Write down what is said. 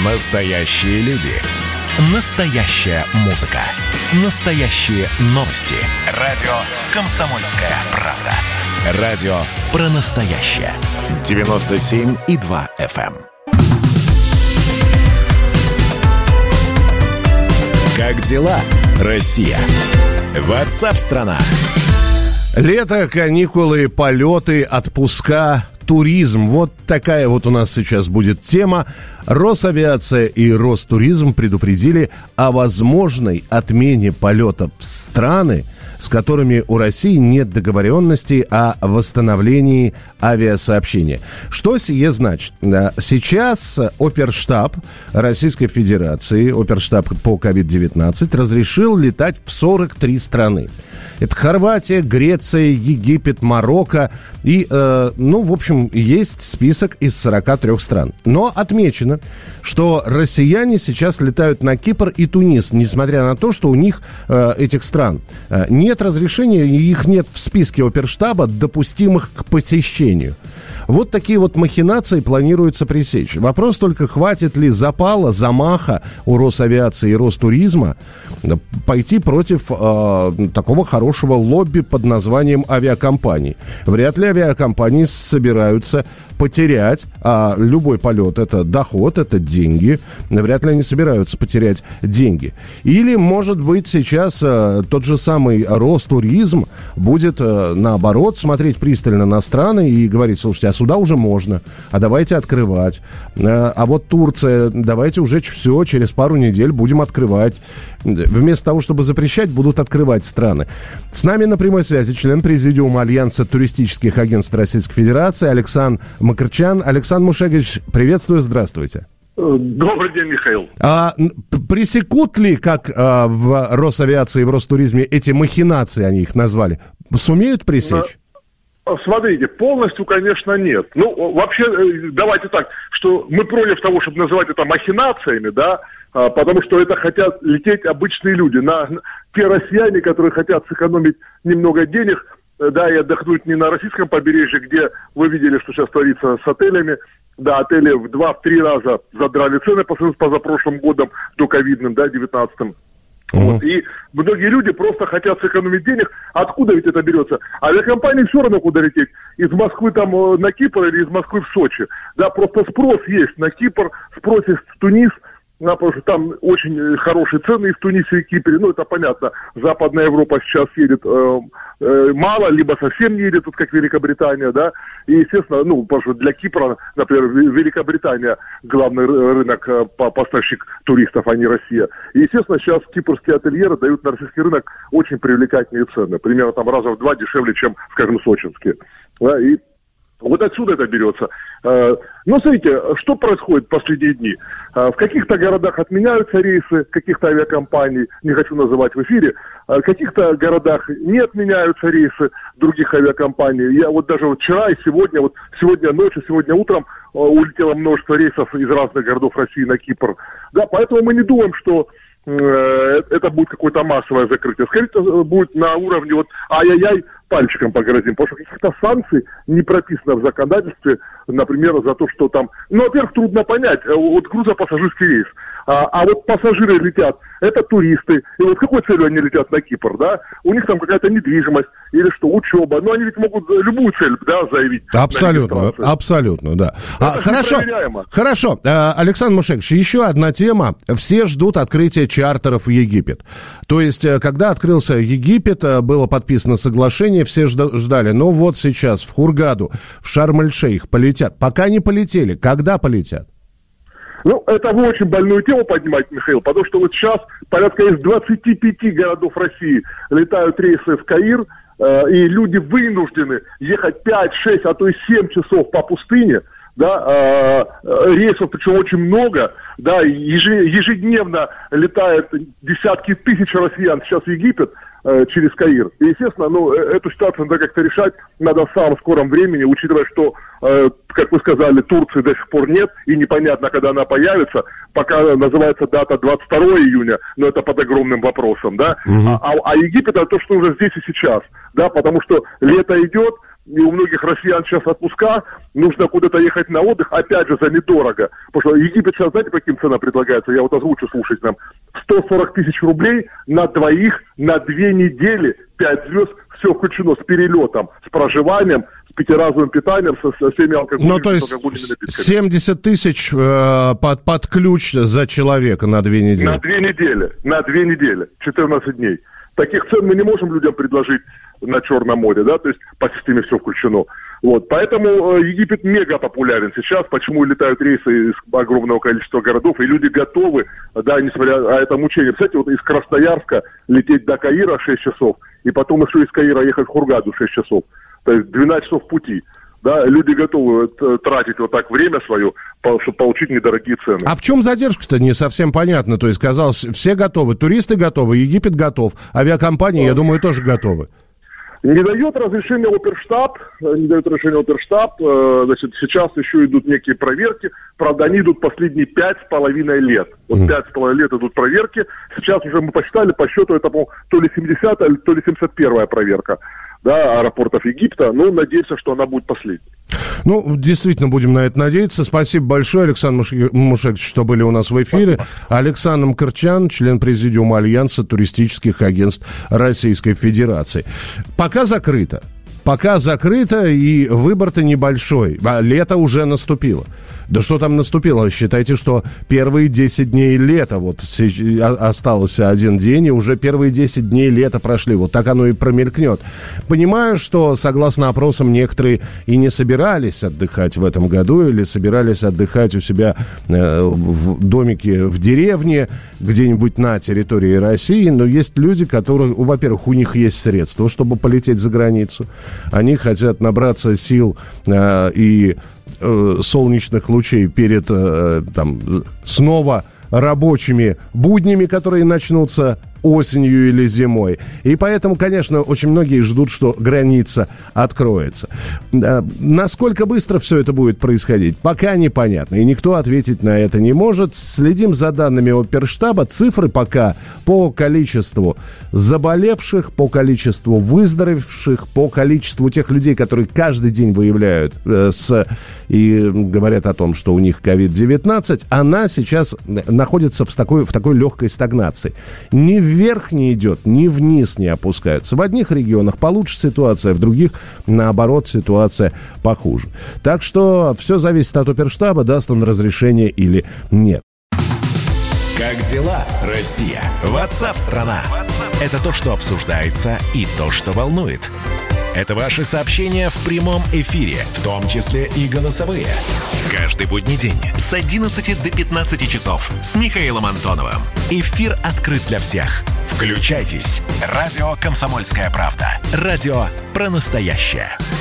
Настоящие люди. Настоящая музыка. Настоящие новости. Радио «Комсомольская правда». Радио про настоящее. 97,2 FM. Как дела, Россия? WhatsApp-страна. Лето, каникулы, полеты, отпуска, туризм. Вот такая вот у нас сейчас будет тема. Росавиация и Ростуризм предупредили о возможной отмене полетов в страны, с которыми у России нет договоренности о восстановлении авиасообщения. Что сие значит? Сейчас Оперштаб Российской Федерации, Оперштаб по COVID-19, разрешил летать в 43 страны. Это Хорватия, Греция, Египет, Марокко и, в общем, есть список из 43 стран. Но отмечено, что россияне сейчас летают на Кипр и Тунис, несмотря на то, что у них, этих стран, нет разрешения, и их нет в списке Оперштаба, допустимых к посещению. Вот такие вот махинации планируется пресечь. Вопрос только, хватит ли запала, замаха у Росавиации и Ростуризма пойти против такого хорошего лобби под названием авиакомпаний. Вряд ли авиакомпании собираются потерять, а любой полет — это доход, это деньги. Вряд ли они собираются потерять деньги. Или, может быть, сейчас тот же самый Ростуризм будет, наоборот, смотреть пристально на страны и говорить: слушайте, а сюда уже можно, а давайте открывать. А вот Турция, давайте уже все, через пару недель будем открывать. Вместо того, чтобы запрещать, будут открывать страны. С нами на прямой связи член президиума Альянса туристических агентств Российской Федерации Александр Макарчан. Александр Мушегович, приветствую, здравствуйте. Добрый день, Михаил. Пресекут ли, как в Росавиации и в Ростуризме, эти махинации, они их назвали, сумеют пресечь? Смотрите, полностью, конечно, нет. Вообще, давайте так, что мы против того, чтобы называть это махинациями, да, потому что это хотят лететь обычные люди, те россияне, которые хотят сэкономить немного денег, да, и отдохнуть не на российском побережье, где вы видели, что сейчас творится с отелями. Да, отели в 2-3 раза задрали цены по позапрошлым годом, до ковидным, да, 19-м. Вот. И многие люди просто хотят сэкономить денег. Откуда ведь это берется? Авиакомпании все равно куда лететь. Из Москвы там на Кипр или из Москвы в Сочи. Да, просто спрос есть на Кипр, спрос есть в Тунис. Потому что там очень хорошие цены и в Тунисе, и Кипре. Это понятно. Западная Европа сейчас едет мало, либо совсем не едет, как Великобритания, да. И, естественно, потому что для Кипра, например, Великобритания главный рынок, поставщик туристов, а не Россия. И, естественно, сейчас кипрские ательеры дают на российский рынок очень привлекательные цены. Примерно там раза в 2 дешевле, чем, скажем, сочинские. Да, и вот отсюда это берется. Смотрите, что происходит в последние дни. В каких-то городах отменяются рейсы каких-то авиакомпаний, не хочу называть в эфире. В каких-то городах не отменяются рейсы других авиакомпаний. Я даже вчера и сегодня ночью, сегодня утром улетело множество рейсов из разных городов России на Кипр. Да, поэтому мы не думаем, что это будет какое-то массовое закрытие. Скорее, это будет на уровне ай-яй-яй, пальчиком погрозим, потому что каких-то санкций не прописано в законодательстве, например, за то, что там... во-первых, трудно понять, грузопассажирский рейс. А вот пассажиры летят, это туристы, и вот с какой целью они летят на Кипр, да? У них там какая-то недвижимость или что, учеба. Они ведь могут любую цель, да, заявить. Абсолютно, да. Хорошо. Александр Мушегович, еще одна тема. Все ждут открытия чартеров в Египет. То есть, когда открылся Египет, было подписано соглашение, все ждали. Но вот сейчас в Хургаду, в Шарм-эль-Шейх полетят. Пока не полетели. Когда полетят? Это вы очень больную тему поднимаете, Михаил, потому что вот сейчас порядка из 25 городов России летают рейсы в Каир, и люди вынуждены ехать 5, 6, а то и 7 часов по пустыне, да, рейсов, причем очень много, да, ежедневно летают десятки тысяч россиян сейчас в Египет через Каир. И, естественно, эту ситуацию надо как-то решать, надо в самом скором времени, учитывая, что, как вы сказали, Турции до сих пор нет, и непонятно, когда она появится, пока называется дата 22 июня, но это под огромным вопросом, да, а Египет — это то, что уже здесь и сейчас, да, потому что лето идет, и у многих россиян сейчас отпуска, нужно куда-то ехать на отдых, опять же, за недорого. Потому что Египет сейчас, знаете, по каким ценам предлагается? Я вот озвучу, слушать нам. 140 тысяч рублей на двоих на 2 недели, 5 звезд, все включено с перелетом, с проживанием, с пятиразовым питанием, со всеми алкогольными, ну, то есть напитками. 70 тысяч под ключ за человека на 2 недели. На 2 недели, 14 дней. Таких цен мы не можем людям предложить на Черном море, да, то есть по системе все включено. Вот, поэтому Египет мега популярен сейчас, почему летают рейсы из огромного количества городов, и люди готовы, да, несмотря на это мучение. Кстати, вот из Красноярска лететь до Каира 6 часов, и потом еще из Каира ехать в Хургаду 6 часов, то есть 12 часов пути. Да, люди готовы тратить вот так время свое, чтобы получить недорогие цены. А в чем задержка-то, не совсем понятно. То есть, казалось, все готовы, туристы готовы, Египет готов, авиакомпании, я думаю, тоже готовы. Не дает разрешения оперштаб, значит, сейчас еще идут некие проверки, правда, они идут последние 5,5 лет. Вот 5,5 лет идут проверки, сейчас уже мы посчитали, по счету это, по-моему, то ли 70-я, то ли 71-я проверка, да, аэропортов Египта, но надеемся, что она будет последней. Ну, действительно, будем на это надеяться. Спасибо большое, Александр Мушекович, что были у нас в эфире. Александр Мкртчян, член президиума Альянса туристических агентств Российской Федерации. Пока закрыто, и выбор-то небольшой, а лето уже наступило. Да что там наступило? Считайте, что первые 10 дней лета, вот остался один день, и уже первые 10 дней лета прошли. Вот так оно и промелькнет. Понимаю, что, согласно опросам, некоторые и не собирались отдыхать в этом году, или собирались отдыхать у себя в домике в деревне, где-нибудь на территории России, но есть люди, которые, во-первых, у них есть средства, чтобы полететь за границу. Они хотят набраться сил и солнечных лучей перед снова рабочими буднями, которые начнутся осенью или зимой. И поэтому, конечно, очень многие ждут, что граница откроется. Насколько быстро все это будет происходить, пока непонятно. И никто ответить на это не может. Следим за данными оперштаба. Цифры пока по количеству заболевших, по количеству выздоровевших, по количеству тех людей, которые каждый день выявляют и говорят о том, что у них COVID-19, она сейчас находится в такой легкой стагнации. Ни вверх не идет, ни вниз не опускается. В одних регионах получше ситуация, в других, наоборот, ситуация похуже. Так что все зависит от оперштаба, даст он разрешение или нет. Как дела, Россия? WhatsApp-страна. Это то, что обсуждается, и то, что волнует. Это ваши сообщения в прямом эфире, в том числе и голосовые. Каждый будний день с 11 до 15 часов с Михаилом Антоновым. Эфир открыт для всех. Включайтесь. Радио «Комсомольская правда». Радио про настоящее.